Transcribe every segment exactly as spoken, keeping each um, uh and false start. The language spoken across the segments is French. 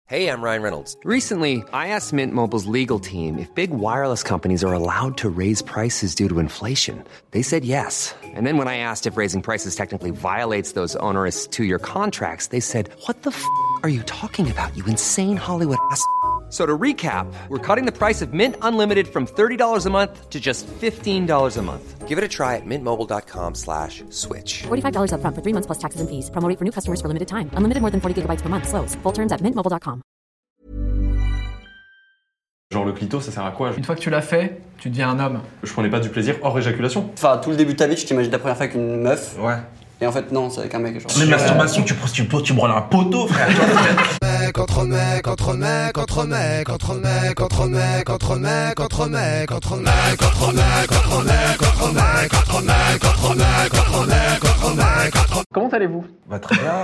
Hey, I'm Ryan Reynolds. Recently, I asked Mint Mobile's legal team if big wireless companies are allowed to raise prices due to inflation. They said yes. And then when I asked if raising prices technically violates those onerous two-year contracts, they said, "What the f*** are you talking about, you insane Hollywood ass?" So to recap, we're cutting the price of Mint Unlimited from thirty dollars a month to just fifteen dollars a month. Give it a try at mintmobile.com slash switch. forty-five dollars up front for three months plus taxes and fees. Promo rate for new customers for limited time. Unlimited more than forty gigabytes per month. Slows full terms at mint mobile dot com. Genre le clito, ça sert à quoi? Une fois que tu l'as fait, tu deviens un homme. Je prenais pas du plaisir hors éjaculation. Enfin, tout le début de ta vie, tu t'imagines la première fois avec une meuf. Ouais. Et en fait, non, c'est avec un mec. Genre. Mais masturbation, tu, tu, tu, tu branles un poteau, frère. Mec, entre mec, entre mec, entre mec, entre mec, entre mec, entre mec, entre mec, entre mec, entre mec, entre mec, entre mec, entre mec, entre mec, entre mec, entre mec, entre. Comment allez-vous? Bah très bien.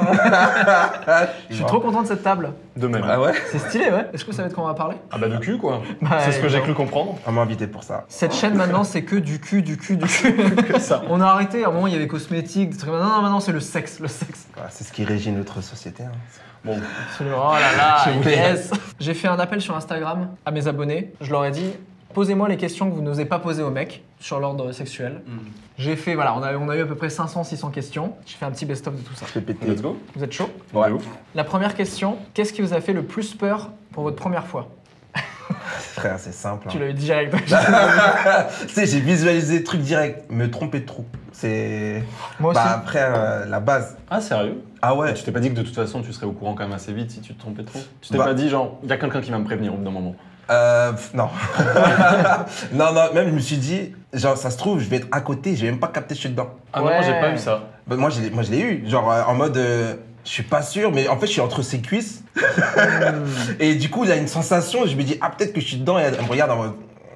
Je suis trop content de cette table. De même. Ah ouais? C'est stylé, ouais. Est-ce que vous savez de quoi on va parler? Ah bah du cul quoi. Bah, c'est ce que j'ai non. cru comprendre. On m'a invité pour ça. Cette chaîne maintenant, c'est que du cul, du cul, du cul. Que ça. On a arrêté. À un moment, il y avait cosmétiques, des trucs. Non, non, maintenant, c'est le sexe, le sexe. Ouais, c'est ce qui régit notre société. Hein. Bon. Absolument. Oh là là, Je voulais- yes. J'ai fait un appel sur Instagram à mes abonnés. Je leur ai dit, posez-moi les questions que vous n'osez pas poser aux mecs sur l'ordre sexuel. Mm. J'ai fait, voilà, on a, on a eu à peu près cinq cents, six cents questions. J'ai fait un petit best-of de tout ça. Je fais péter. Let's go. Vous êtes chaud? Ouais. De ouf. La première question, qu'est-ce qui vous a fait le plus peur pour votre première fois? Frère, c'est simple. Tu Hein. l'as eu direct. Tu sais, j'ai visualisé le truc direct. Me tromper de trou. C'est. Moi aussi. Bah après, euh, la base. Ah sérieux? Ah ouais. Tu t'es pas dit que de toute façon tu serais au courant quand même assez vite si tu te trompais trop? Tu t'es Bah. pas dit genre, il y a quelqu'un qui va me prévenir au bout d'un moment? Euh, pff, non. non, non, même je me suis dit, genre, ça se trouve, je vais être à côté, j'ai même pas capté que je suis dedans. Ah non, Ouais. moi j'ai pas eu ça. Bah, moi, je l'ai- moi, je l'ai eu, genre, euh, en mode, euh, je suis pas sûr, mais en fait, je suis entre ses cuisses. Et du coup, il y a une sensation, je me dis, ah, peut-être que je suis dedans, et elle me regarde en mode,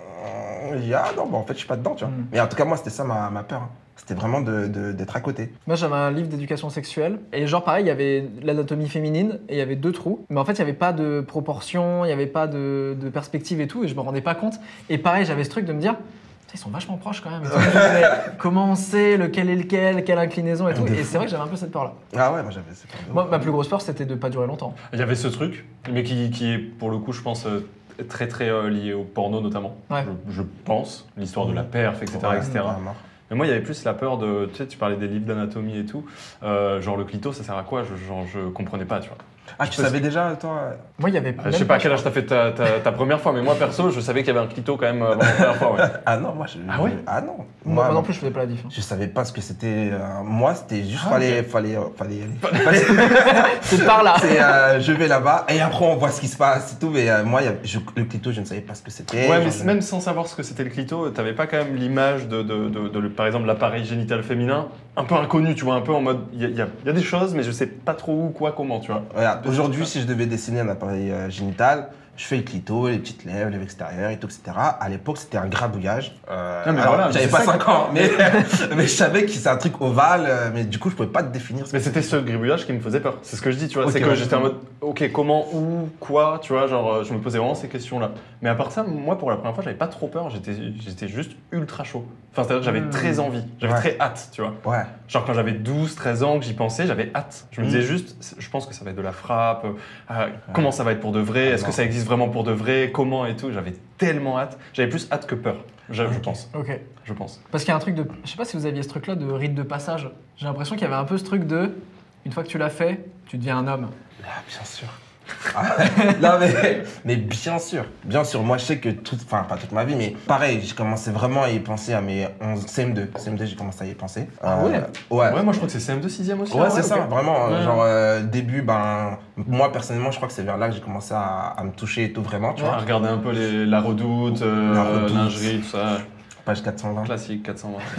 je dis, ah non, bah, en fait, je suis pas dedans, tu vois. Mm. Mais en tout cas, moi, c'était ça ma, ma peur. hein. C'était vraiment de, de- d'être à côté. Moi, j'avais un livre d'éducation sexuelle. Et genre, pareil, il y avait l'anatomie féminine et il y avait deux trous. Mais en fait, il n'y avait pas de proportion, il n'y avait pas de, de perspective et tout. Et je me rendais pas compte. Et pareil, j'avais ce truc de me dire, putain, ils sont vachement proches quand même. Et tout. Mais comment on sait lequel est lequel, quelle inclinaison et tout. Et c'est vrai que j'avais un peu cette peur-là. Ah ouais, moi, j'avais cette peur. Moi, ma plus grosse peur, c'était de pas durer longtemps. Il y avait ce truc, mais qui, qui est pour le coup, je pense, euh, très très euh, lié au porno notamment. Ouais. Je, je pense, l'histoire de la perf, et cetera, Ouais, et cetera. ouais, mort. Mais moi, il y avait plus la peur de, tu sais, tu parlais des livres d'anatomie et tout, euh, genre le clito, ça sert à quoi? je, genre, je comprenais pas, tu vois. Ah, tu savais déjà, toi Moi, il y avait. Euh, je sais pas à quel âge t'as fait ta, ta, ta première fois, mais moi perso, je savais qu'il y avait un clito quand même avant la première fois. Ouais. Ah non, moi, je. Ah ouais je- Ah non. Moi, moi non plus, je faisais pas la diff. hein. Je savais pas ce que c'était. euh, moi, c'était juste Ah, fallait, ok. fallait, euh, fallait y aller. Fallait- C'est par là. C'est euh, je vais là-bas et après on voit ce qui se passe et tout. Mais euh, moi, il y a- je- le clito, je ne savais pas ce que c'était. Ouais, Genre, mais je- même sans savoir ce que c'était le clito, t'avais pas quand même l'image de, de, de, de le- par exemple, l'appareil génital féminin, un peu inconnu, tu vois, un peu en mode, il y a, il y a- il y a des choses, mais je sais pas trop où, quoi, comment, tu vois. Regarde, aujourd'hui, si je devais dessiner un appareil euh, génital, je fais le clito, les petites lèvres, les lèvres extérieures et tout, et cetera. À l'époque, c'était un grabouillage. Euh, Non, mais alors, voilà, j'avais c'est pas ça cinq ans, mais, mais je savais que c'est un truc ovale, euh, mais du coup, je pouvais pas te définir. Ce Mais que c'était ce gribouillage qui me faisait peur. C'est ce que je dis, tu vois. Ok, c'est que ouais. j'étais en mode, ok, comment, où, quoi, tu vois. Genre, euh, je me posais vraiment ces questions-là. Mais à part ça, moi, pour la première fois, j'avais pas trop peur. J'étais, j'étais juste ultra chaud. Enfin, c'est-à-dire que j'avais Mmh. très envie. J'avais Ouais. très hâte, tu vois. Ouais. Genre, quand j'avais douze, treize ans, que j'y pensais, j'avais hâte. Je me Mmh. disais juste, c'est- je pense que ça va être de la frappe. euh, comment ça va être pour de vrai? Est-ce non. que ça existe vraiment pour de vrai? Comment et tout? J'avais tellement hâte. J'avais plus hâte que peur. Je, je pense. Ok. Je pense. Parce qu'il y a un truc de. Je sais pas si vous aviez ce truc-là de rite de passage. J'ai l'impression qu'il y avait un peu ce truc de. Une fois que tu l'as fait, tu deviens un homme. Ah, bien sûr. Ah, non mais, mais bien sûr, bien sûr, moi je sais que toute, enfin pas toute ma vie, mais pareil, j'ai commencé vraiment à y penser à mes onze, C M deux, C M deux j'ai commencé à y penser. Ah ouais Ouais, Ouais, moi, je crois que c'est C M deux, sixième aussi. ouais hein, c'est ça, ok. vraiment, euh, Ouais. genre euh, début, ben, moi personnellement je crois que c'est vers là que j'ai commencé à, à me toucher et tout vraiment, tu Tu vois, vois, regarder un peu les, la redoute, euh, La Redoute. lingerie, tout ça. page quatre cent vingt. Classique, quatre cent vingt.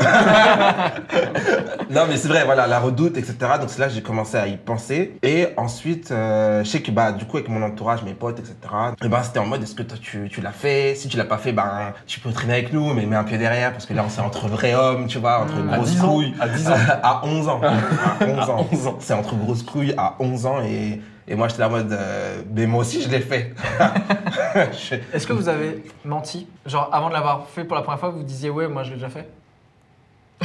Non mais c'est vrai, voilà, la redoute, et cetera. Donc c'est là que j'ai commencé à y penser. Et ensuite, euh, je sais que bah, du coup avec mon entourage, mes potes, et cetera. Et ben c'était en mode, est-ce que toi tu, tu l'as fait? Si tu l'as pas fait, ben tu peux traîner avec nous, mais mets un pied derrière, parce que là on s'est entre vrais hommes, tu vois, entre À grosses dix ans. couilles. À dix ans. À onze ans. À onze ans. À onze ans. C'est entre grosses couilles à onze ans et... Et moi, j'étais là en mode, euh, mais moi aussi, je l'ai fait. Je- Est-ce que vous avez menti? Genre, avant de l'avoir fait pour la première fois, vous disiez ouais, moi je l'ai déjà fait?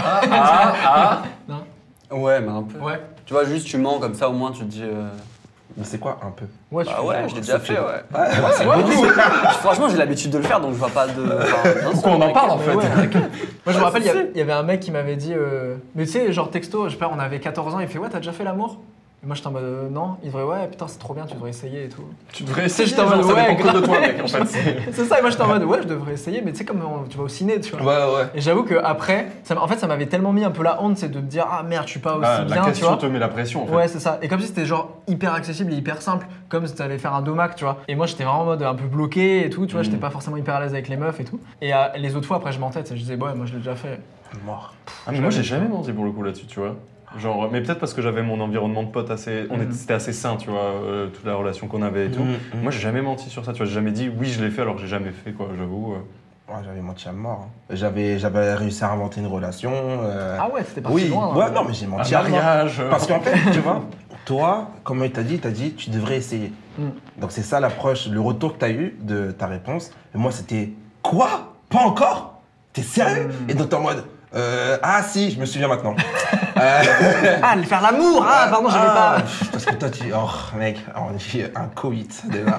Ah, ah. Non? Ouais, mais un peu. Ouais. Tu vois, juste tu mens comme ça, au moins tu te dis. euh, Mais c'est quoi un peu? Ouais, tu Bah fais ouais, genre- je l'ai déjà fait, ouais. Ouais, c'est beaucoup. Franchement, j'ai l'habitude de le faire, donc je vois pas de. Enfin, bien sûr, Pourquoi on en parle en Mais fait ouais. Moi, je me Ouais, rappelle, il y c'est- avait- il y avait un mec qui m'avait dit. euh, Mais tu sais, genre texto, je sais pas, on avait quatorze ans, il fait ouais, t'as déjà fait l'amour? Et moi, j'étais en mode euh, non. Il devrait ouais, putain, c'est trop bien, tu devrais essayer et tout. Tu devrais essayer, j'étais en genre, mode, ça ouais, dépend que de toi, grave. mec, en fait. c'est- C'est ça, et moi, j'étais en mode ouais, je devrais essayer, mais tu sais, comme on- tu vas au ciné, tu vois. ouais, ouais. Et j'avoue que après, ça, m'a- en fait, ça m'avait tellement mis un peu la honte, c'est de me dire ah merde, je suis pas aussi Ah, bien, la tu question vois. te met la pression, en fait. Ouais, c'est ça. Et comme si c'était genre hyper accessible et hyper simple, comme si t'allais faire un domac, tu vois. Et moi, j'étais vraiment en mode un peu bloqué et tout, tu vois. Mm. J'étais pas forcément hyper à l'aise avec les meufs et tout. Et euh, les autres fois, après, je mentais, tu sais, je disais ouais, moi, je l'ai déjà fait. Mort. Ah, mais moi, j'ai jamais menti pour le coup là-dessus, tu vois. Genre, mais peut-être parce que j'avais mon environnement de potes assez. On Mhm. était, c'était assez sain, tu vois, euh, toute la relation qu'on avait et tout. Mhm, mhm. Moi, j'ai jamais menti sur ça, tu vois. J'ai jamais dit oui, je l'ai fait alors que j'ai jamais fait, quoi, j'avoue. euh. Ouais, j'avais menti à mort. hein. J'avais, j'avais réussi à inventer une relation. euh, Ah ouais, c'était parti oui, loin. ouais, hein. non, mais j'ai Un menti à mort. mariage. euh. Parce qu'en fait, tu vois, toi, comme il t'a dit, il t'a dit, tu devrais essayer. Mm. Donc c'est ça l'approche, le retour que tu as eu de ta réponse. Et moi, c'était quoi? Pas encore? T'es sérieux? Mm. Et donc t'es en mode, euh, ah si, je me souviens maintenant. Euh, Ah, aller faire l'amour Ah, pardon, j'avais ah, pas. pff, Parce que toi, tu. Oh, mec, on dit un Covid déjà.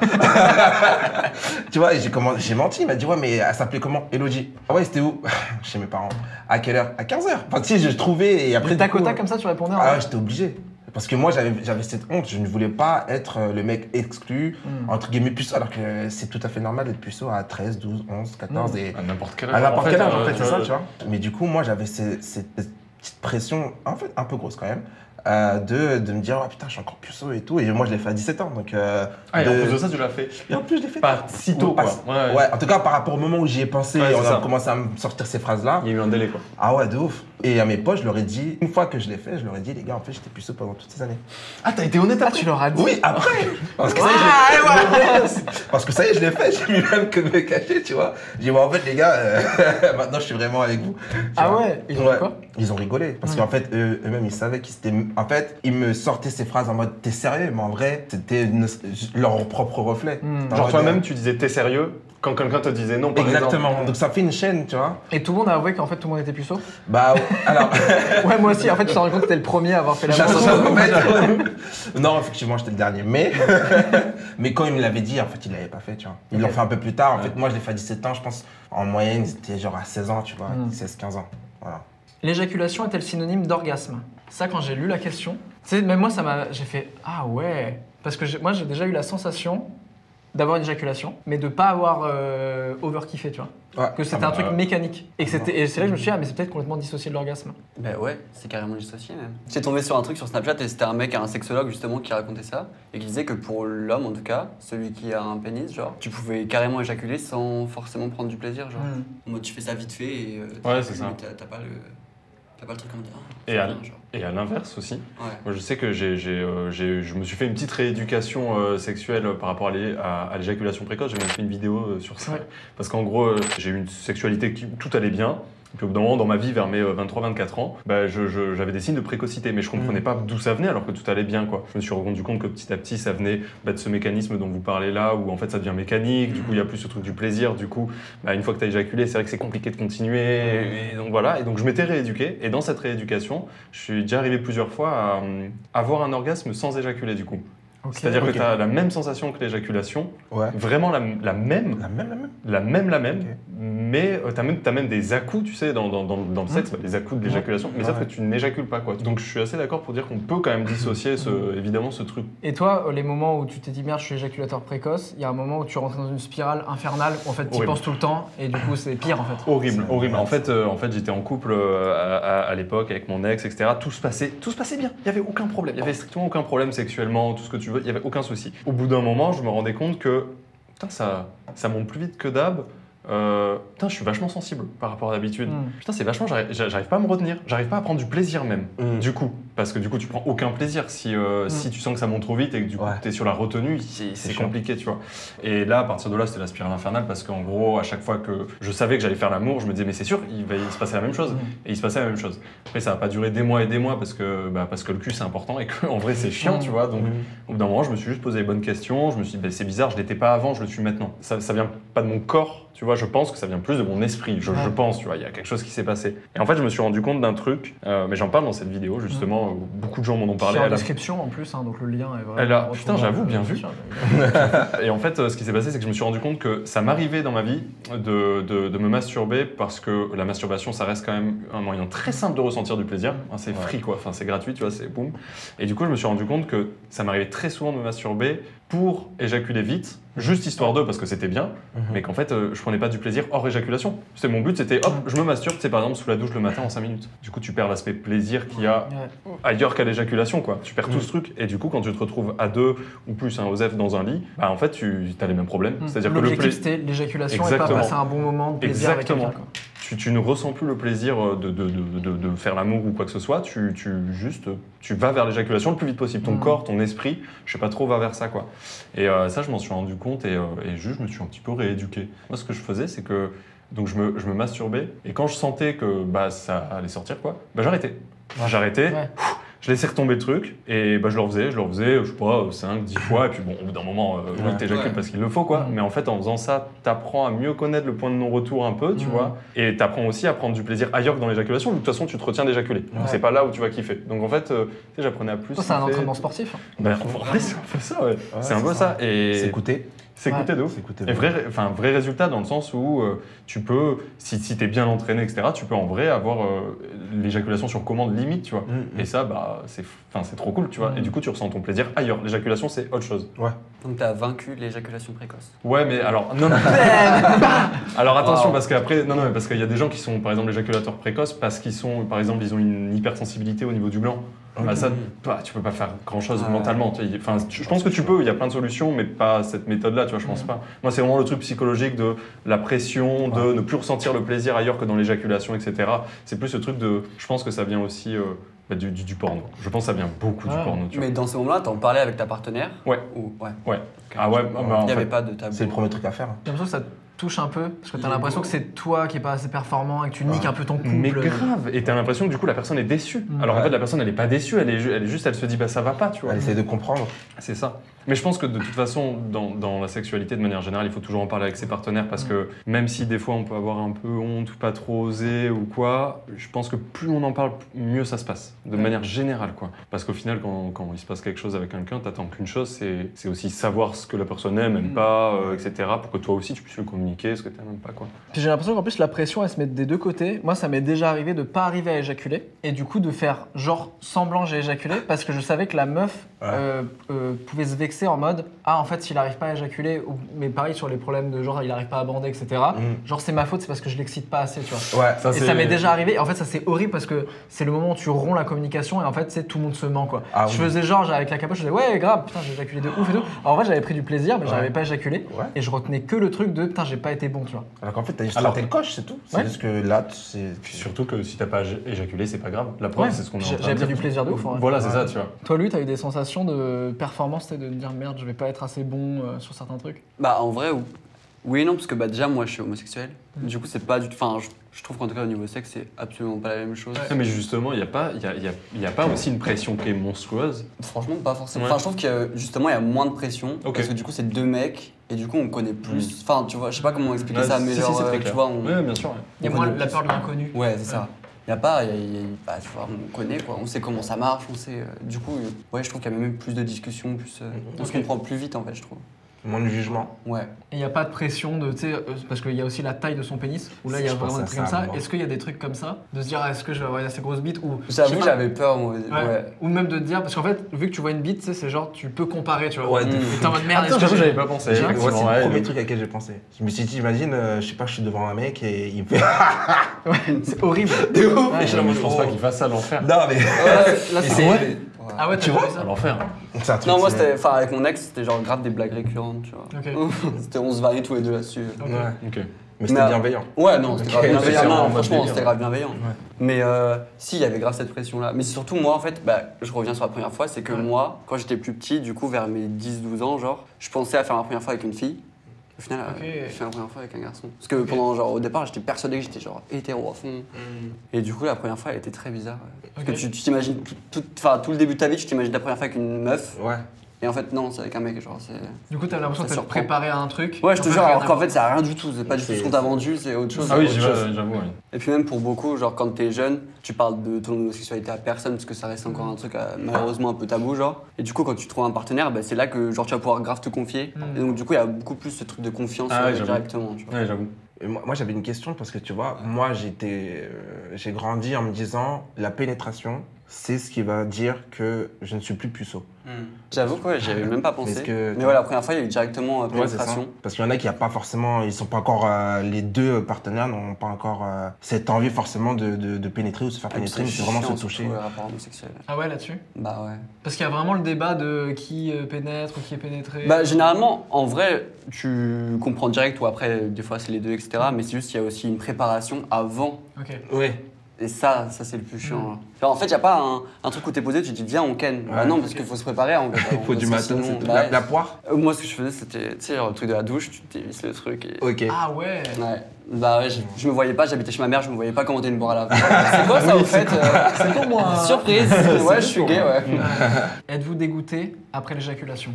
Tu vois, et j'ai commencé- j'ai menti. Il m'a dit, ouais, mais elle s'appelait comment? Elodie. Ah ouais, c'était où? Chez mes parents. À quelle heure? À quinze heures. Enfin, tu sais, je trouvais. Et après. Du du tac au coup, tac comme ça, tu répondais. Ah hein. ouais, j'étais obligé. Parce que moi, j'avais j'avais cette honte. Je ne voulais pas être euh, le mec exclu, Mm. entre guillemets, puceau. Alors que c'est tout à fait normal d'être puceau à treize, douze, onze, quatorze. Mm. Et À n'importe quel âge. à n'importe en quel âge, euh, en fait, tu c'est ça, vois. tu vois. Mais du coup, moi, j'avais ce- cette petite pression, en fait, un peu grosse quand même, euh, de, de me dire, oh putain, je suis encore puceau et tout. Et moi, je l'ai fait à dix-sept ans. Donc, euh, Ah, et en de- plus de ça, tu l'as fait. Et en plus, je l'ai fait. Pas si tôt, Pas- quoi. Ouais, Ouais, en tout cas, par rapport au moment où j'y ai pensé, Ouais, et c'est on ça. a commencé à me sortir ces phrases-là. Il y a eu un délai, quoi. Ah ouais, de ouf. Et à mes potes, je leur ai dit, une fois que je l'ai fait, je leur ai dit, les gars, en fait, j'étais puceau pendant toutes ces années. Ah, t'as été honnête Ah, après? tu leur as dit. Oui, après. Parce que ça y est, Ah, je l'ai Parce que ça y est, je l'ai fait. J'ai mis même que de me cacher, tu vois. J'ai dit, bon, en fait, les gars, euh, maintenant, je suis vraiment avec vous. Tu Ah vois. ouais, ils ont dit quoi? Ils ont rigolé. Parce Hmm. qu'en fait, eux- eux-mêmes, ils savaient qu'ils étaient. En fait, ils me sortaient ces phrases en mode, t'es sérieux? Mais en vrai, c'était une- leur propre reflet. Hmm. En Genre mode, toi-même, euh, tu disais t'es sérieux quand quelqu'un te disait non, par Exactement. exemple. Donc ça fait une chaîne, tu vois. Et tout le monde a avoué qu'en fait tout le monde était puceau. Bah, alors. Ouais, moi aussi. En fait, je me suis rendu compte que t'étais le premier à avoir fait la J'avoue, chose. j'avoue, en fait, non, effectivement, j'étais le dernier. Mais, mais quand il me l'avait dit, en fait, il l'avait pas fait, tu vois. Ils l'ont Ok. fait un peu plus tard. En fait, moi, je l'ai fait à dix-sept ans, je pense. En moyenne, c'était genre à seize ans, tu vois. Mm. seize quinze ans. Voilà. L'éjaculation est-elle synonyme d'orgasme? Ça, quand j'ai lu la question, tu sais, même moi, ça m'a, j'ai fait ah ouais, parce que j'ai- moi, j'ai déjà eu la sensation d'avoir une éjaculation, mais de pas avoir euh, overkiffé, tu vois. Ouais. Que c'était Ah un bah, truc euh, mécanique. Et, que c'était, et c'est là que je me suis dit, ah, mais c'est peut-être complètement dissocié de l'orgasme. Bah ouais, c'est carrément dissocié même. J'ai tombé sur un truc sur Snapchat et c'était un mec, un sexologue justement, qui racontait ça et qui disait que pour l'homme en tout cas, celui qui a un pénis, genre, tu pouvais carrément éjaculer sans forcément prendre du plaisir, genre. Mm. En mode tu fais ça vite fait et euh, Ouais, tu- c'est ça. T'as, t'as pas le, t'as pas le truc comme ça. Et à, et à l'inverse aussi. Ouais. Moi, je sais que j'ai, j'ai, euh, j'ai- je me suis fait une petite rééducation euh, sexuelle par rapport à, l'é- à- à l'éjaculation précoce. J'ai même fait une vidéo euh, sur ça. Ouais. Parce qu'en gros, euh, j'ai eu une sexualité qui tout allait bien. Et puis au bout d'un moment, dans ma vie, vers mes euh, vingt-trois vingt-quatre ans, bah, je- je- j'avais des signes de précocité, mais je comprenais Mm. pas d'où ça venait alors que tout allait bien, quoi. Je me suis rendu compte que petit à petit, ça venait bah, de ce mécanisme dont vous parlez là, où en fait ça devient mécanique, du coup il y a plus ce truc du plaisir, du coup, bah, une fois que tu as éjaculé, c'est vrai que c'est compliqué de continuer, et, et donc voilà. Et donc je m'étais rééduqué, et dans cette rééducation, je suis déjà arrivé plusieurs fois à euh, avoir un orgasme sans éjaculer, du coup. Ok. C'est-à-dire ok. que tu as la même sensation que l'éjaculation, Ouais. vraiment la, la même, La même, la même. la même, la même, Ok. mais euh, t'as même, t'as même des à-coups, tu sais, dans, dans, dans, dans le sexe, bah, les à-coups de l'éjaculation, mais sauf Ouais. que tu n'éjacules pas, quoi. Donc je suis assez d'accord pour dire qu'on peut quand même dissocier, ce, évidemment, ce truc. Et toi, les moments où tu t'es dit merde, je suis éjaculateur précoce, il y a un moment où tu rentres dans une spirale infernale où en fait tu y Horrible. penses tout le temps et du coup c'est pire en fait. Horrible, C'est- horrible. En fait, euh, en fait j'étais en couple euh, à, à- à l'époque avec mon ex, et cetera. Tout se passait, tout se passait bien. Il n'y avait aucun problème. Il n'y avait strictement aucun problème sexuellement, tout ce que tu veux. Il n'y avait aucun souci. Au bout d'un moment, je me rendais compte que putain, ça, ça monte plus vite que d'hab. Euh, putain, je suis vachement sensible par rapport à d'habitude. Mm. Putain, c'est vachement, j'arrive, j'arrive pas à me retenir. J'arrive pas à prendre du plaisir même. Mm. Du coup, parce que du coup, tu prends aucun plaisir si, euh, Mm. si tu sens que ça monte trop vite et que du coup, Ouais. tu es sur la retenue, c'est, c'est chiant. compliqué, tu vois. Et là, à partir de là, c'était la spirale infernale parce qu'en gros, à chaque fois que je savais que j'allais faire l'amour, je me disais, mais c'est sûr, il va y se passer la même chose. Mm. Et il se passait la même chose. Après, ça va pas durer des mois et des mois parce que, bah, parce que le cul, c'est important et qu'en vrai, c'est chiant, Mm. tu vois. Donc, Mm. au bout d'un moment, je me suis juste posé les bonnes questions. Je me suis dit, bah, c'est bizarre, je l'étais pas avant, je le suis maintenant. Ça, ça vient pas de mon corps. tu vois, je pense que ça vient plus de mon esprit, je, Ouais. je pense, tu vois, il y a quelque chose qui s'est passé. Et en fait, je me suis rendu compte d'un truc, euh, mais j'en parle dans cette vidéo, justement, où beaucoup de gens m'en ont parlé. Qui est en Elle a- description en plus, hein, donc le lien est vraiment. Elle a- retrouvable. putain, j'avoue, bien vu. sûr. Et en fait, euh, ce qui s'est passé, c'est que je me suis rendu compte que ça m'arrivait dans ma vie de, de, de me masturber parce que la masturbation, ça reste quand même un moyen très simple de ressentir du plaisir. Hein, c'est free, quoi. Enfin, c'est gratuit, tu vois, c'est boum. Et du coup, je me suis rendu compte que ça m'arrivait très souvent de me masturber pour éjaculer vite, juste histoire d'eux, parce que c'était bien, mais qu'en fait, euh, je prenais pas du plaisir hors éjaculation. C'est mon but, c'était hop, je me masturbe, c'est par exemple sous la douche le matin en cinq minutes. Du coup, tu perds l'aspect plaisir qu'il y a Ouais. ailleurs qu'à l'éjaculation, quoi. Tu perds tout ce truc, et du coup, quand tu te retrouves à deux ou plus, un Osef dans un lit, bah en fait, tu as les mêmes problèmes. C'est-à-dire que le L'objectif, pla- c'était l'éjaculation et pas Exactement. passer un bon moment de plaisir Exactement. avec quelqu'un. quoi. tu, tu ne ressens plus le plaisir de, de, de, de, de faire l'amour ou quoi que ce soit, tu, tu, juste, tu vas vers l'éjaculation le plus vite possible. Ton Mhm. corps, ton esprit, je sais pas trop, va vers ça, quoi. Et euh, ça, je m'en suis rendu compte et, euh, et juste, je me suis un petit peu rééduqué. Moi, ce que je faisais, c'est que donc je me, je me masturbais et quand je sentais que bah, ça allait sortir, quoi, bah, j'arrêtais. J'arrêtais. Ouais. Je laissais retomber le truc et bah, je le refaisais, je le refaisais, je sais pas, cinq, dix fois. Et puis bon, au bout d'un moment, euh, oui, Ouais. t'éjacules Ouais. parce qu'il le faut, quoi. Mm. Mais en fait, en faisant ça, t'apprends à mieux connaître le point de non-retour un peu, tu Mm. vois. Et t'apprends aussi à prendre du plaisir ailleurs que dans l'éjaculation. De toute façon, tu te retiens d'éjaculer. Donc Ouais. c'est pas là où tu vas kiffer. Donc en fait, euh, tu sais, j'apprenais à plus. Ça, c'est un kiffer. entraînement sportif. hein. Ben, en vrai, c'est un peu ça, ouais. c'est un c'est peu ça. ça. Et C'est écouté. c'est écouté de ouf. C'est écouté. Et vrai, enfin, vrai résultat dans le sens où euh, tu peux, si, si tu es bien entraîné, et cetera, tu peux en vrai avoir euh, l'éjaculation sur commande limite, tu vois. Mm, mm. Et ça, bah, c'est, enfin, c'est trop cool, tu vois. Mm. Et du coup, tu ressens ton plaisir ailleurs. L'éjaculation, c'est autre chose. Donc t'as vaincu l'éjaculation précoce. Ouais, mais alors, non, non. alors attention, Wow. parce qu'après, non, non, mais parce qu'il y a des gens qui sont, par exemple, éjaculateurs précoces parce qu'ils sont, par exemple, ils ont une hypersensibilité au niveau du gland. Bah, ça, bah, tu peux pas faire grand chose Ouais. mentalement. Tu vois. Enfin, tu- je pense que tu peux, il y a plein de solutions, mais pas cette méthode-là, tu vois, je pense pas. Moi, c'est vraiment le truc psychologique de la pression, de ne plus ressentir le plaisir ailleurs que dans l'éjaculation, et cetera. C'est plus ce truc de. Je pense que ça vient aussi euh, bah, du, du, du porno. Je pense que ça vient beaucoup Ouais. du porno, tu vois. Mais dans ce moment-là, t'en parlais avec ta partenaire Ouais. Ou... Ouais. Ouais. Ah ouais, bah, en Il n'y avait fait, pas de tabou. C'est le premier truc à faire. J'ai l'impression que ça te touche un peu, parce que t'as Il est l'impression beau. que c'est toi qui est pas assez performant et que tu niques Ouais. un peu ton couple. Mais grave. Et t'as l'impression que du coup, la personne est déçue. Mm. Alors en Ouais. fait, la personne, elle est pas déçue, elle est, ju- elle est juste, elle se dit, bah ça va pas, tu vois. Elle essaie de comprendre. C'est ça. Mais je pense que de toute façon, dans, dans la sexualité, de manière générale, il faut toujours en parler avec ses partenaires parce que même si des fois on peut avoir un peu honte ou pas trop oser ou quoi, je pense que plus on en parle, mieux ça se passe. De manière générale, quoi. Parce qu'au final, quand, quand il se passe quelque chose avec quelqu'un, t'attends qu'une chose, c'est, c'est aussi savoir ce que la personne aime, aime pas, euh, et cetera. Pour que toi aussi, tu puisses le communiquer, ce que t'aimes, aime pas, quoi. Puis j'ai l'impression qu'en plus la pression elle se met des deux côtés. Moi ça m'est déjà arrivé de pas arriver à éjaculer et du coup de faire genre semblant j'ai éjaculé parce que je savais que la meuf Ouais. euh, euh, pouvait se vexer en mode ah en fait s'il arrive pas à éjaculer ou mais pareil sur les problèmes de genre il arrive pas à bander etc. Mm. Genre c'est ma faute c'est parce que je l'excite pas assez tu vois. Ouais. Ça, Et c'est- ça m'est déjà arrivé. En fait, ça c'est horrible parce que c'est le moment où tu romps la communication et en fait, c'est tout le monde se ment quoi. Ah je oui. faisais genre, avec la capote, je disais ouais, grave, putain, j'ai éjaculé de ouf et tout. Alors en fait, j'avais pris du plaisir, mais Ouais. j'arrivais pas à éjaculer Ouais. et je retenais que le truc de putain, j'ai pas été bon, tu vois. Alors qu'en fait, t'as juste Alors- raté le coche, c'est tout. C'est Ouais. juste que là, tu- c'est. Puis surtout que si t'as pas éjaculé, c'est pas grave. La preuve, Ouais. c'est ce qu'on est en J'ai- train de j'avais dire. pris du plaisir de ouf, ouais. Voilà, c'est ça, tu vois. Toi, lui, t'as eu des sensations de performance, t'es de me dire merde, je vais pas être assez bon euh, sur certains trucs. Bah en vrai, ou- oui et non, parce que bah, déjà moi je suis homosexuel. Du coup, c'est pas du tout. Enfin, je, je trouve qu'en tout cas au niveau sexe, c'est absolument pas la même chose. Ouais, mais justement, il n'y a, pas- y a, y a- y a pas aussi une pression qui est monstrueuse. Franchement, pas forcément. Ouais. Enfin, je trouve que justement, il y a moins de pression. Ok. Parce que du coup, c'est deux mecs et du coup, on connaît plus. Enfin, tu vois, je sais pas comment expliquer Ouais, ça, mais si, si, genre, c'est très euh, clair. tu vois, on. Ouais, bien sûr. ouais. Il y a On moins connaît la plus. peur de l'inconnu. Ouais, c'est ça. Il y a pas, il y a- il y a- bah, tu vois, on connaît quoi, on sait comment ça marche, on sait. euh, du coup, euh, ouais, je trouve qu'il y a même plus de discussions, plus. euh, on se Ok. comprend plus vite en fait, je trouve. Moins de jugement. Ouais. Et il n'y a pas de pression de, tu sais, euh, parce qu'il y a aussi la taille de son pénis, où là il y a Je pense vraiment à des trucs ça, comme ça. moi. Est-ce qu'il y a des trucs comme ça De se dire, ah, est-ce que je vais avoir une assez grosse bite ou, je sais J'avoue, pas, j'avais peur, moi. ouais. Ouais. Ou même de te dire, parce qu'en fait, vu que tu vois une bite, tu sais, c'est genre, tu peux comparer, tu vois. Ouais, Et de t'es en mode merde, Attends, est-ce que j'avoue, j'ai- j'avais pas pensé. Ouais, Ouais, c'est effectivement, le ouais, premier le- truc à quel j'ai pensé. Je me suis dit, imagine, euh, je sais pas, je suis devant un mec et il me fait. C'est horrible. De ouf. Ouais. Et je suis là en mode, Je pense pas oh. qu'il fasse ça à l'enfer. Non, mais. Là, Et c'est c'est- vrai. Ouais. Ah ouais, tu vois ça À l'enfer. C'est un truc. Non, moi, c'est- c'était. Enfin, avec mon ex, c'était genre grave des blagues récurrentes, tu vois. Ok. C'était, on se variait tous les deux là-dessus. Ok. Ouais. Ok. Mais c'était Mais- bienveillant. Ouais, non, c'était Ok. grave C'est bienveillant. vraiment en Non, mode franchement, délire. c'était grave bienveillant. Mais euh, si, il y avait grave cette pression-là. Mais surtout, moi, en fait, bah, je reviens sur la première fois, c'est que Ouais. moi, quand j'étais plus petit, du coup, vers mes dix douze ans, genre, je pensais à faire ma première fois avec une fille. Au final, euh, Ok. j'ai fait la première fois avec un garçon. Parce que pendant, genre, au départ, j'étais persuadé que j'étais genre hétéro à fond. Et du coup, la première fois, elle était très bizarre. ouais. Parce Ok. que tu tu t'imagines, tout, tout, enfin, tout le début de ta vie, tu t'imagines la première fois avec une meuf. Ouais. Et en fait, non, c'est avec un mec, genre, c'est. Du coup, t'as l'impression Ça que t'as surprend. préparé à un truc. Ouais, je en te fait, jure, rien alors à qu'en voir. fait, c'est rien du tout, c'est pas du tout C'est- ce qu'on t'a vendu, c'est autre chose. Ah oui, c'est autre j'avoue, chose. j'avoue. Ouais. Et puis même pour beaucoup, genre quand t'es jeune, tu parles de ton homosexualité à personne parce que ça reste encore un truc euh, malheureusement un peu tabou, genre. Et du coup, quand tu trouves un partenaire, bah, c'est là que genre tu vas pouvoir grave te confier. Mm. Et donc du coup, il y a beaucoup plus ce truc de confiance Ah ouais, euh, j'avoue. directement, tu vois. Ouais, j'avoue. Et moi, moi, j'avais une question parce que tu vois, moi j'étais, euh, j'ai grandi en me disant la pénétration, c'est ce qui va dire que je ne suis plus puceau. J'avoue que ouais, j'y avais même pas pensé. Est-ce que- Mais ouais, la première fois, il y a eu directement euh, Ouais, c'est ça. pénétration. Parce qu'il y en a qui a pas forcément, ils sont pas encore, euh, les deux partenaires n'ont pas encore euh, cette envie forcément de, de, de pénétrer ou se faire Ah, puis pénétrer, mais c'est chiant, vraiment se surtout, toucher. Le rapport homosexuel. Ah ouais, là-dessus. Bah ouais. Parce qu'il y a vraiment le débat de qui euh, pénètre ou qui est pénétré. Bah généralement, en vrai, tu comprends direct ou après, des fois c'est les deux, et cetera. Mais c'est juste qu'il y a aussi une préparation avant. Ok. Ouais. Et ça, ça c'est le plus chiant. hein. Genre, en fait, il n'y a pas un, un truc où t'es posé, tu te dis viens on ken. Bah Ouais. non, parce qu'il faut se préparer en fait. Il faut Parce du que matos, sinon, c'est tout. bah La, ouais. la poire. Euh, Moi, ce que je faisais, c'était, tu sais, genre, le truc de la douche, tu dévisses le truc et. Ok. Ah ouais. Ouais. Bah ouais, je, je me voyais pas, j'habitais chez ma mère, je me voyais pas commenter une boire à la C'est quoi ça au fait euh, C'est pour moi. Surprise Ouais, je suis gay, ouais. Êtes-vous dégoûté après l'éjaculation?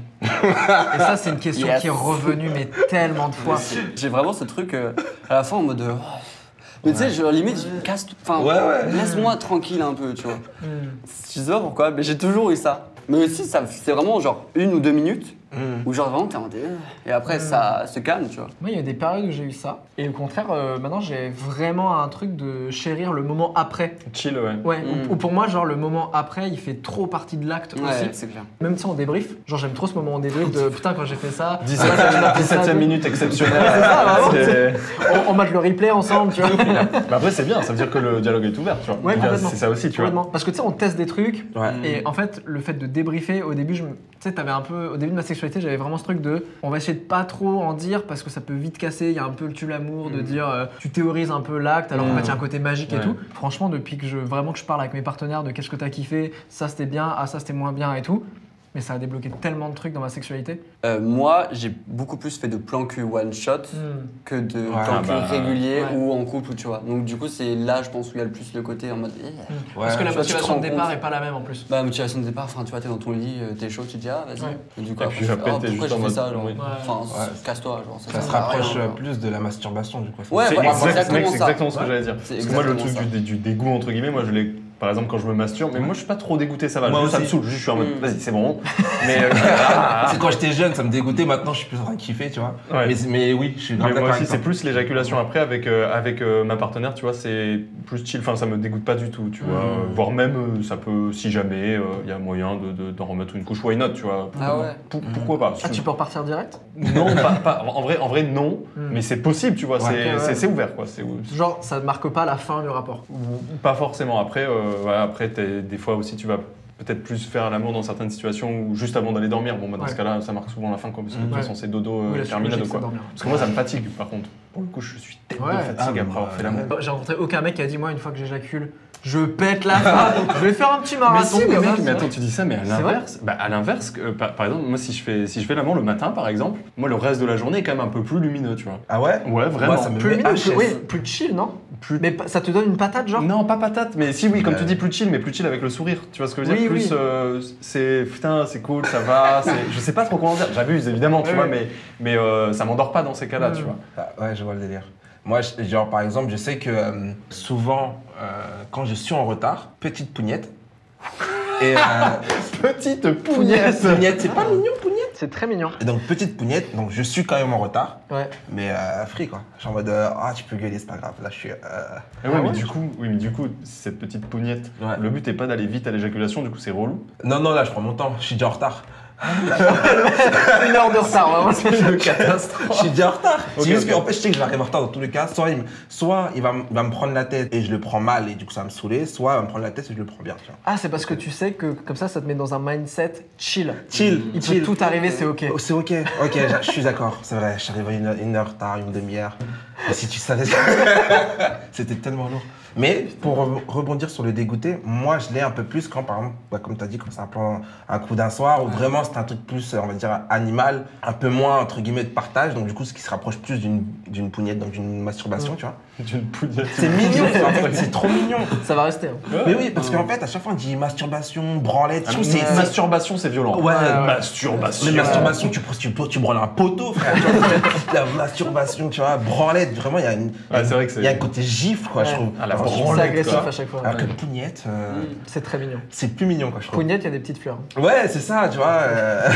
Et ça, c'est une question Yes. qui est revenue mais tellement de fois. J'ai vraiment ce truc euh, à la fin en mode. euh, oh. Mais tu sais, je limite, je casse tout. Enfin, Ouais, ouais. laisse-moi tranquille un peu, tu vois. Hmm. Je sais pas pourquoi, mais j'ai toujours eu ça. Mais aussi, ça, c'est vraiment genre une ou deux minutes Mm. où genre vraiment t'es en mode. euh, Et après, ça se calme, tu vois. Moi, il y a des périodes où j'ai eu ça. Et au contraire, euh, maintenant, j'ai vraiment un truc de chérir le moment après. Chill, ouais. Ouais, Mm. ou, ou pour moi, genre, le moment après, il fait trop partie de l'acte Ouais, aussi. c'est clair. Même si on débrief, genre, j'aime trop ce moment en débrief de putain, quand j'ai fait ça. dix-septième minute exceptionnelle. C'est ça, vraiment, C'est- On, on mate le replay ensemble, tu vois. Bah après, c'est bien, ça veut dire que le dialogue est ouvert, tu vois. Ouais, complètement. C'est ça aussi, tu vois. Complètement. Parce que tu sais, on teste des trucs. Ouais. Et en fait, le fait de débriefer, au début, je me- tu sais, t'avais un peu, au début de ma sexualité, j'avais vraiment ce truc de, on va essayer de pas trop en dire parce que ça peut vite casser. Il y a un peu le tue l'amour de dire, euh, tu théorises un peu l'acte, alors qu'en fait, il y a un côté magique et Ouais. tout. Franchement, depuis que je, vraiment que je parle avec mes partenaires de qu'est-ce que t'as kiffé, ça c'était bien, ah ça c'était moins bien et tout. Mais ça a débloqué tellement de trucs dans ma sexualité. Euh, moi, j'ai beaucoup plus fait de plan cul one shot que de Ouais, plan cul bah, régulier ouais. ou en couple, tu vois. Donc du coup, c'est là, je pense, où il y a le plus le côté en mode. eh. Ouais. Parce que la tu vois, tu te motivation rends de départ compte. est pas la même en plus. Bah, motivation de départ, enfin, tu vois, t'es dans ton lit, euh, t'es chaud, tu te dis, ah, vas-y. Ouais. Et du coup, Et après, puis tu fais, après, ah, t'es pourquoi juste j'ai en fait ça, mode- genre oui. Enfin, Ouais. casse-toi, genre. Ça sert se à rien, rapproche euh, genre. plus de la masturbation du coup. Ouais, C'est voilà, c'est exact- exactement mec, c'est ça. exactement ce que j'allais dire. C'est Parce que moi, le exactement truc ça. du, du dégoût, entre guillemets, moi, je l'ai. Par exemple, quand je me masturbe, mais moi, je suis pas trop dégoûté, ça va. Moi Juste, ça aussi. me saoule. Juste, je suis en mode, Mm. vas-y, c'est bon. Mais. euh, ah, C'est quand j'étais jeune, ça me dégoûtait. Maintenant, je suis plus en train de kiffer, tu vois. Ouais. Mais, mais oui, je suis grave Mais d'accord moi aussi, avec c'est toi. plus l'éjaculation après avec, euh, avec euh, ma partenaire, tu vois, c'est plus chill, enfin ça me dégoûte pas du tout, tu vois. Euh, voire même, euh, ça peut, si jamais il y a moyen de, de- d'en remettre une couche, why not, tu vois. Ah ouais. Pour- pourquoi pas Ah, tu peux repartir direct? Non, pas, pas- en, vrai, en vrai, non, Mm. mais c'est possible, tu vois, c'est, ok, ouais. c'est, c'est ouvert, quoi. C'est, Genre, ça ne marque pas la fin du rapport. pas forcément. Après, euh, ouais, après t'es- des fois aussi, tu vas peut-être plus faire l'amour dans certaines situations ou juste avant d'aller dormir. Bon, bah, dans Ouais. ce cas-là, ça marque souvent la fin, quoi, parce que de toute Ouais. façon, c'est dodo, euh, Oui, la terminado, logique, quoi. c'est dormir. Parce que moi, ça me fatigue, par contre. Pour le coup, je suis tête Ouais. de fatigue Ah, après bah, avoir fait l'amour. J'ai rencontré aucun mec qui a dit moi une fois que j'éjacule, je pète la femme, je vais faire un petit marathon. Mais si, mais comme mec, ça, mais tu attends, tu dis ça, mais à C'est l'inverse, bah, à l'inverse, euh, par, par exemple, moi, si je fais, si je fais l'amour le matin, par exemple, moi, le reste de la journée est quand même un peu plus lumineux, tu vois. Ah ouais? Ouais, vraiment. Moi, ça me plus met lumineux, H S. plus, oui, plus chill, non? Plus- Mais pa- ça te donne une patate, genre? Non, pas patate, mais si, oui, comme Ouais. tu dis, plus chill, mais plus chill avec le sourire. Tu vois ce que je veux Oui, dire? Plus, oui. euh, c'est putain, c'est cool, ça va. c'est- Je sais pas trop comment dire. J'abuse évidemment, tu Ouais, vois, ouais. mais mais euh, ça m'endort pas dans ces cas-là, Mm. tu vois. Ah, ouais, je vois le délire. Moi, je- genre, par exemple, je sais que euh, souvent, euh, quand je suis en retard, petite pougnette. Et euh, Petite pougnette. pougnette, c'est pas mignon, pougnette. C'est très mignon. Et donc, petite pougnette, donc je suis quand même en retard, Ouais. mais euh, free quoi. Je suis en mode, euh, ah, tu peux gueuler, c'est pas grave. Là, je suis. euh, Ah ouais, Ah mais ouais du coup, oui, mais du coup, cette petite pougnette, Ouais. le but est pas d'aller vite à l'éjaculation, du coup, c'est relou. Non, non, là, je prends mon temps, je suis déjà en retard. Une heure de retard, vraiment. C'est une catastrophe. Je suis déjà en retard. Ok, c'est juste ok. qu'en fait, je sais que je vais arriver en retard dans tous les cas. Soit il, me- soit il va, me- il va me prendre la tête et je le prends mal et du coup ça va me saouler. Soit il va me prendre la tête et je le prends bien. Tu vois. Ah, c'est parce que tu sais que comme ça, ça te met dans un mindset chill. Chill, Il chill. peut tout arriver, c'est ok. Oh, c'est ok, ok, je- je suis d'accord, c'est vrai, je suis arrivé une, heure- une heure tard, une demi-heure. Et si tu savais, c'était tellement lourd. Mais pour re- rebondir sur le dégoûté, moi je l'ai un peu plus quand par exemple, bah, comme tu as dit, quand c'est un plan, un coup d'un soir, où vraiment c'est un truc plus, on va dire, animal, un peu moins entre guillemets de partage, donc du coup ce qui se rapproche plus d'une, d'une pougnette, donc d'une masturbation, tu vois. D'une pougnette. C'est mignon, en fait, c'est trop mignon. Ça va rester. hein. Mais oui, parce qu'en fait, à chaque fois on dit masturbation, branlette, je trouve que C'est c'est. c'est- masturbation, c'est violent. Ouais, ouais. Masturbation. Mais masturbation, tu, tu, tu branles un poteau, frère. Tu vois, la masturbation, tu vois, branlette, vraiment, il y a une. Ouais, c'est vrai que c'est- Il y a un côté gifle, quoi, je Ouais. trouve. Ah, la Alors, C'est branlette, agressif quoi. à chaque fois. Alors que pougnette, euh, C'est très mignon. c'est plus mignon, quoi, je trouve. Pougnette, il y a des petites fleurs. Ouais, c'est ça, tu vois. euh.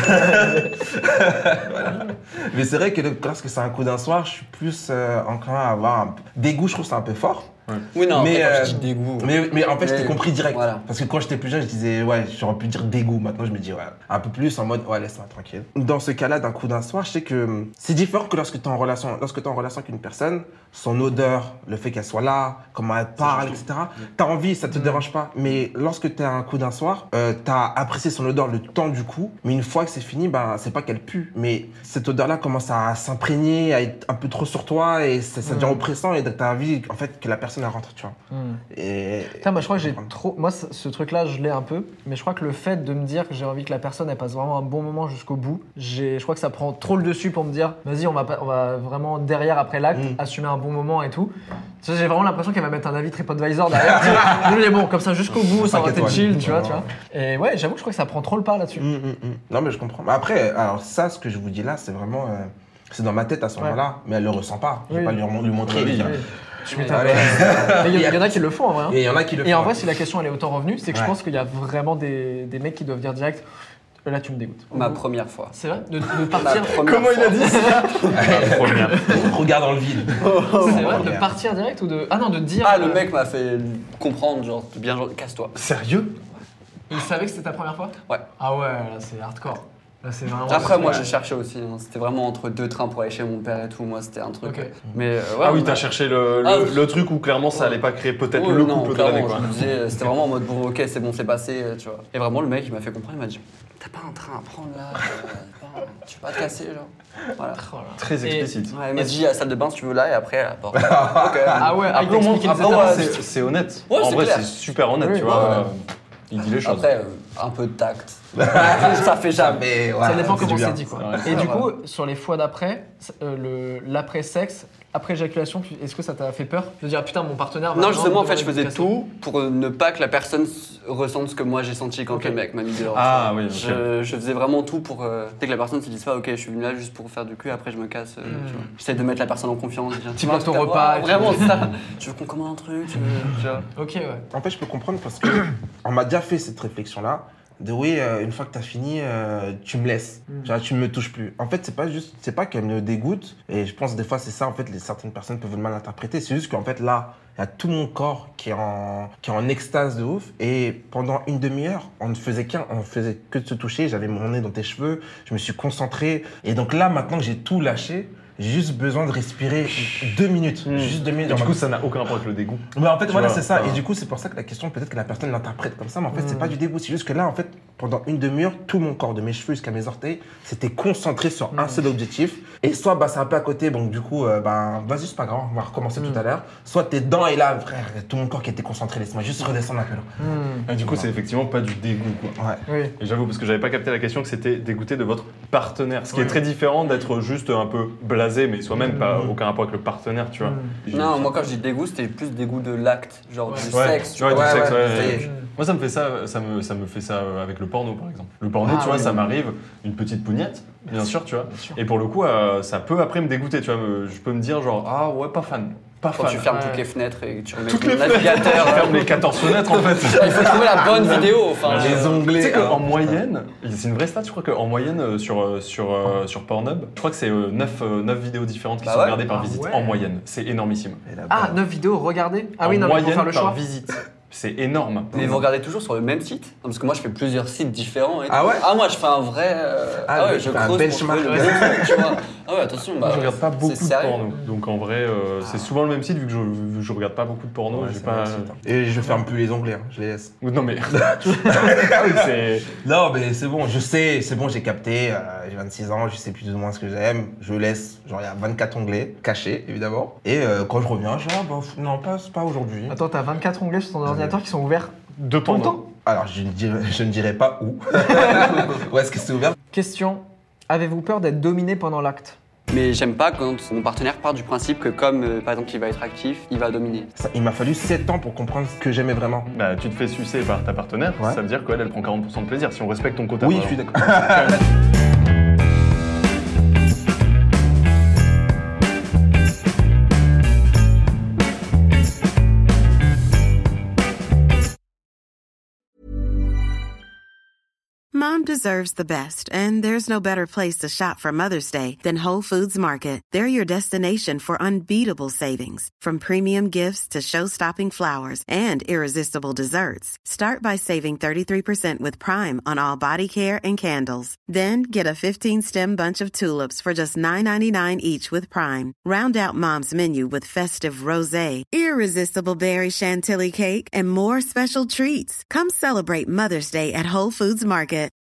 Voilà. Mais c'est vrai que le- lorsque c'est un coup d'un soir, je suis plus euh, enclin à avoir un p- dégoût, je trouve que c'est un peu fort. Oui, non, Mais, mais, après, quand euh, je dis dégoût. Mais, mais en fait, je t'ai Mais- compris direct. voilà. Parce que quand j'étais plus jeune, je disais, ouais, j'aurais pu dire dégoût. Maintenant, je me dis, ouais, un peu plus en mode, ouais, laisse-moi tranquille. Dans ce cas-là, d'un coup d'un soir, je sais que hum, c'est différent que lorsque tu es en relation. Lorsque tu es en relation avec une personne, son odeur, le fait qu'elle soit là, comment elle parle, et cetera. T'as envie, ça te dérange pas. Mais lorsque tu es à un coup d'un soir, euh, t'as apprécié son odeur le temps du coup. Mais une fois que c'est fini, ben, c'est pas qu'elle pue. Mais cette odeur-là commence à s'imprégner, à être un peu trop sur toi et ça, ça devient oppressant et t'as envie, en fait, que la personne elle rentre, tu vois. Et... Putain, moi je crois que j'ai trop. Moi, ce, ce truc-là, je l'ai un peu. Mais je crois que le fait de me dire que j'ai envie que la personne elle passe vraiment un bon moment jusqu'au bout, j'ai, je crois que ça prend trop le dessus pour me dire, vas-y, on va, pas- on va vraiment derrière après l'acte Mm. assumer un bon moment et tout. Ça, j'ai vraiment l'impression qu'elle va mettre un avis TripAdvisor derrière. tu vois. Je me dis, bon, comme ça jusqu'au bout, ça va Cinq être chill, étoiles. tu vois, Ouais. tu vois. Et ouais, j'avoue que je crois que ça prend trop le pas là-dessus. Hum, hum, hum. Non, mais je comprends. Mais après, alors ça, ce que je vous dis là, c'est vraiment. euh, c'est dans ma tête à ce Ouais. moment-là, mais elle le ressent pas. Je vais Oui. pas lui, rem- lui montrer. Oui, lui dire, Oui. Tu Mais- m'étonnes. Allez. Mais il y, il y en a qui le font en vrai. hein. Et il y en a qui le font. Et en vrai, si la question elle est autant revenue, c'est que je Ouais. pense qu'il y a vraiment des, des mecs qui doivent dire direct, là tu me dégoûtes. Ma première fois. C'est vrai de, de Ma partir. première Comment il a fois. dit ça La première. Regarde dans le vide. C'est vrai de Première. partir direct ou de. Ah non, de dire. Ah, euh, le mec m'a fait comprendre, genre, bien, genre, casse-toi. Sérieux Il savait que c'était ta première fois. Ouais. Ah ouais, là c'est hardcore. Là c'est vraiment. Après, moi, Ouais. j'ai cherché aussi. hein. C'était vraiment entre deux trains pour aller chez mon père et tout. Moi, c'était un truc. Ok. euh, Mais euh, ouais, Ah oui, on t'as a- cherché le, le, Ah, le truc où clairement ça allait pas créer peut-être Ouais, le non, couple de clairement, l'année, quoi. je me disais, euh, c'était vraiment en mode bon, ok, c'est bon, c'est passé, euh, tu vois. Et vraiment, le mec, il m'a fait comprendre, il m'a dit, t'as pas un train à prendre là, euh, pas- tu vas pas te casser, genre. Voilà. Oh là. Très Et- explicite. Ouais, il m'a dit, à la salle de bain, si tu veux là, et après, à la porte. Ok. Ah ouais, ah, il t'a Après, au moins, expliqué les après, étapes. ouais, ouais, c'est c'est honnête. Ouais, en c'est vrai, clair. c'est super honnête, Oui, tu ouais, vois. ouais. euh, Il dit les choses. Après, euh, un peu de tact. ça fait jamais. Mais, ouais, Ça dépend c'est comment du c'est bien. dit quoi. C'est vrai. Et du Ouais. coup, sur les fois d'après, euh, le- l'après-sexe, après éjaculation, tu- est-ce que ça t'a fait peur de dire ah, putain mon partenaire va Non, vraiment justement, en me fait, je demander faisais de me casser. tout pour euh, ne pas que la personne s- ressente ce que moi j'ai senti quand Ok. le mec m'a mis dehors. Ah, tu vois. oui, ok. Je, je faisais vraiment tout pour euh, dès que la personne se dise pas, ok, je suis venu là juste pour faire du cul, après je me casse. euh, Mm. tu vois. J'essaie de mettre la personne en confiance. Dire, Tu vois, passes ton t'as- repas et ouais, tu- Vraiment, c'est ça. Tu veux qu'on commande un truc tu veux- tu vois. Ok, ouais. En fait, je peux comprendre parce que on m'a déjà fait cette réflexion-là. De oui, euh, une fois que t'as fini, euh, tu me laisses. Mm. Tu vois, tu ne me touches plus. En fait, c'est pas juste, c'est pas qu'elle me dégoûte. Et je pense des fois c'est ça. En fait, les certaines personnes peuvent mal interpréter. C'est juste qu'en fait là, il y a tout mon corps qui est en, qui est en extase de ouf. Et pendant une demi-heure, on ne faisait qu'un, on faisait que de se toucher. J'avais mon nez dans tes cheveux. Je me suis concentré. Et donc là, maintenant que j'ai tout lâché, j'ai juste besoin de respirer deux minutes. Mm. Juste deux minutes. Et du En coup, mode- ça n'a aucun rapport avec le dégoût. mais en fait, Tu voilà, vois, c'est ça. enfin- Et du coup, c'est pour ça que la question, peut-être que la personne l'interprète comme ça, mais en fait, c'est Mm. pas du dégoût. C'est juste que là, en fait, pendant une demi-heure, tout mon corps, de mes cheveux jusqu'à mes orteils, c'était concentré sur un Mm. seul objectif. Et soit, bah, c'est un peu à côté, donc du coup, euh, bah, vas-y, c'est pas grave, on va recommencer Mm. tout à l'heure. Soit t'es dedans et là, frère, tout mon corps qui était concentré, laisse-moi juste redescendre un peu là. Hmm. Et du coup, c'est effectivement pas du dégoût, quoi. Ouais. Oui. Et j'avoue, parce que j'avais pas capté la question, que c'était dégoûté de votre partenaire. Ce qui Ouais. est très différent d'être juste un peu blasé, mais soi-même, pas Mm. aucun rapport avec le partenaire, tu vois. Mm. J'ai- Non, moi quand je dis dégoût, c'était plus dégoût de l'acte, genre Ouais. du Ouais. sexe. tu Ouais, vois. du sexe, ouais, ça y ouais. est. Moi, ça me fait ça, ça me, ça me fait ça avec le porno, par exemple. Le porno, Ah, tu vois, oui. ça m'arrive, une petite pougnette, bien sûr, tu vois. Bien sûr. Et pour le coup, euh, ça peut après me dégoûter, tu vois. me- je peux me dire genre, ah ouais, pas fan, pas Quand fan. tu fermes Ouais. toutes les fenêtres et que tu remets Toutes ton les fenêtres. navigateur. Ferme les quatorze fenêtres, en fait. Il faut trouver la bonne vidéo. Enfin, Les je- onglets. Tu sais qu'en alors. moyenne, c'est une vraie stat, je crois qu'en moyenne euh, sur, euh, sur, euh, sur Pornhub, je crois que c'est neuf vidéos différentes qui Bah sont ouais. regardées par Ah visite, ouais. en moyenne. C'est énormissime. Et là, Ah, bah, neuf vidéos regardées. Ah en oui, non, mais moyenne pour faire le par choix. visite. C'est énorme. Mais vous regardez toujours sur le même site? Non, parce que moi je fais plusieurs sites différents. Et Ah tout. ouais? Ah moi je fais un vrai. Euh... Ah, Ah, ouais, mais je tu fais un creuse benchmark. pour trouver le bon truc, tu vois. Ah ouais, attention. Bah, Moi, je regarde pas c'est beaucoup de sérieux. porno. Donc en vrai, euh, c'est souvent le même site vu que je, je regarde pas beaucoup de porno. Ouais, j'ai c'est pas. le même site, hein. Et je ferme plus les onglets, hein, je les laisse. Non mais. Ah oui, c'est. Non, mais c'est bon, je sais, c'est bon, j'ai capté, euh, j'ai vingt-six ans, je sais plus ou moins ce que j'aime. Je laisse, genre, il y a vingt-quatre onglets, cachés, évidemment. Et euh, quand je reviens, je dis, ah, bah, non, pas, pas aujourd'hui. Attends, t'as vingt-quatre onglets sur ton ordinateur qui sont ouverts De tout le porno. temps? Alors, je ne dirais, je ne dirais pas où. Où est-ce que c'est ouvert? Question. Avez-vous peur d'être dominé pendant l'acte? Mais j'aime pas quand mon partenaire part du principe que comme euh, par exemple il va être actif, il va dominer. Ça, il m'a fallu sept ans pour comprendre ce que j'aimais vraiment. Bah, tu te fais sucer par ta partenaire, Ouais. ça veut dire qu'elle, elle prend quarante pour cent de plaisir. Si on respecte ton quota. Oui, je vraiment. suis d'accord. Mom deserves the best, and there's no better place to shop for Mother's Day than Whole Foods Market. They're your destination for unbeatable savings, from premium gifts to show-stopping flowers and irresistible desserts. Start by saving thirty-three percent with Prime on all body care and candles. Then get a fifteen-stem bunch of tulips for just nine ninety-nine each with Prime. Round out Mom's menu with festive rosé, irresistible berry chantilly cake, and more special treats. Come celebrate Mother's Day at Whole Foods Market.